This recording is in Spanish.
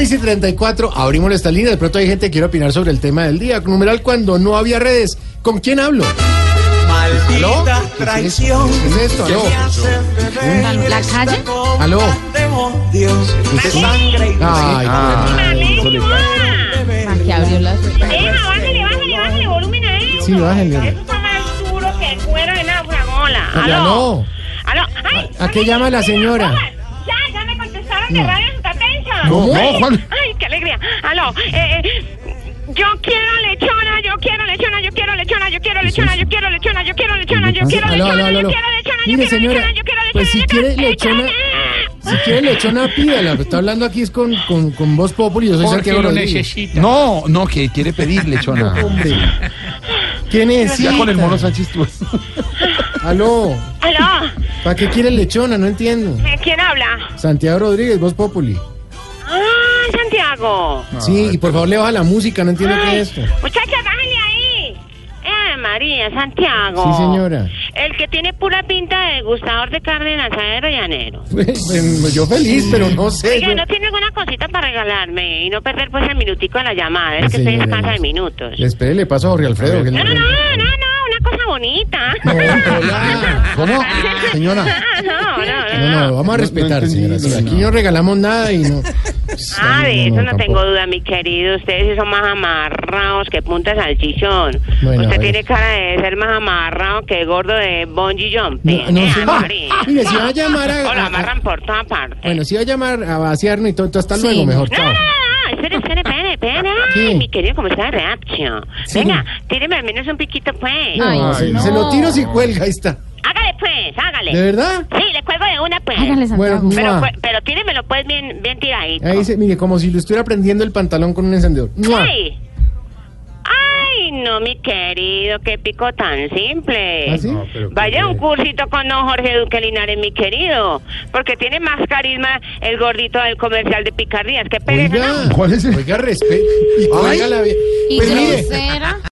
6:34, abrimos esta línea. De pronto hay gente que quiere opinar sobre el tema del día. Numeral cuando no había redes. ¿Con quién hablo? ¿Aló? Traición. ¿Qué es esto? ¿Aló? ¿La calle? ¿Aló? Ay, ¿Para qué abrió las... Bájale volumen a eso. Sí, bájale. Eso está más duro que el cuero de una fragola. ¿Aló? Aló. Ay, ¿A qué llama la señora? Ya me contestaron de Radio Sutatensa. ¿Cómo? No, Juan. Ay, qué alegría. Aló, yo quiero lechona, yo quiero lechona, yo quiero lechona, yo quiero lechona, yo quiero lechona, yo quiero lechona, yo quiero lechona, yo quiero lechona, Mire, señora, pues si quiere lechona, pídala. Está hablando aquí es con Voz Populi. Yo soy Santiago Rodríguez. No, que quiere pedir lechona. Hombre. ¿Qué necesita? Ya con el mono Sánchez tú. Aló. Aló. ¿Para qué quiere lechona? No entiendo. ¿Quién habla? Santiago Rodríguez, Voz Populi. Ah, Santiago. Sí, y por favor le baja la música, no entiendo qué es esto. Muchacha, bájale ahí. María, Santiago. Sí, señora. El que tiene pura pinta de degustador de carne en asadero llanero. Pues yo feliz, pero no sé. Oiga, ¿no tiene alguna cosita para regalarme? Y no perder pues el minutico de la llamada. Es que estoy escasa de minutos. Espere, le paso a Jorge Alfredo. No, una cosa bonita. No, hola. ¿Cómo? Señora. No, vamos a respetar, señora. Sí, aquí no regalamos nada y no... De eso no tengo duda, mi querido. Ustedes sí son más amarrados que punta de salchichón. Bueno, usted tiene cara de ser más amarrado que gordo de bungee jumping. No sé. Mire, si va a llamar o lo amarran por toda parte. Bueno, si va a llamar a vaciarnos y todo, hasta luego, mejor. Chao. Espere. Ay, mi querido, como está de reacción. Sí. Venga, tíreme al menos un piquito, pues. Ay, no. Se lo tiro si cuelga, ahí está. Hágale, pues, hágale. ¿De verdad? Sí, le cuelgo de una, pues. Hágale, Santiago. Bueno, Pero tíremelo, pues, bien tiradito. ahí dice, mire, como si lo estuviera prendiendo el pantalón con un encendedor. ¡Ay! ¡Ay, no, mi querido! ¡Qué pico tan simple! ¿Ah, sí? Vaya a un cursito con don Jorge Duque Linares, mi querido. Porque tiene más carisma el gordito del comercial de picardías. ¡Qué pereza! Oiga, ¿Cuál es el? Oiga, respeto. Y cuélgala bien. ¿Y Pues mire, grosera?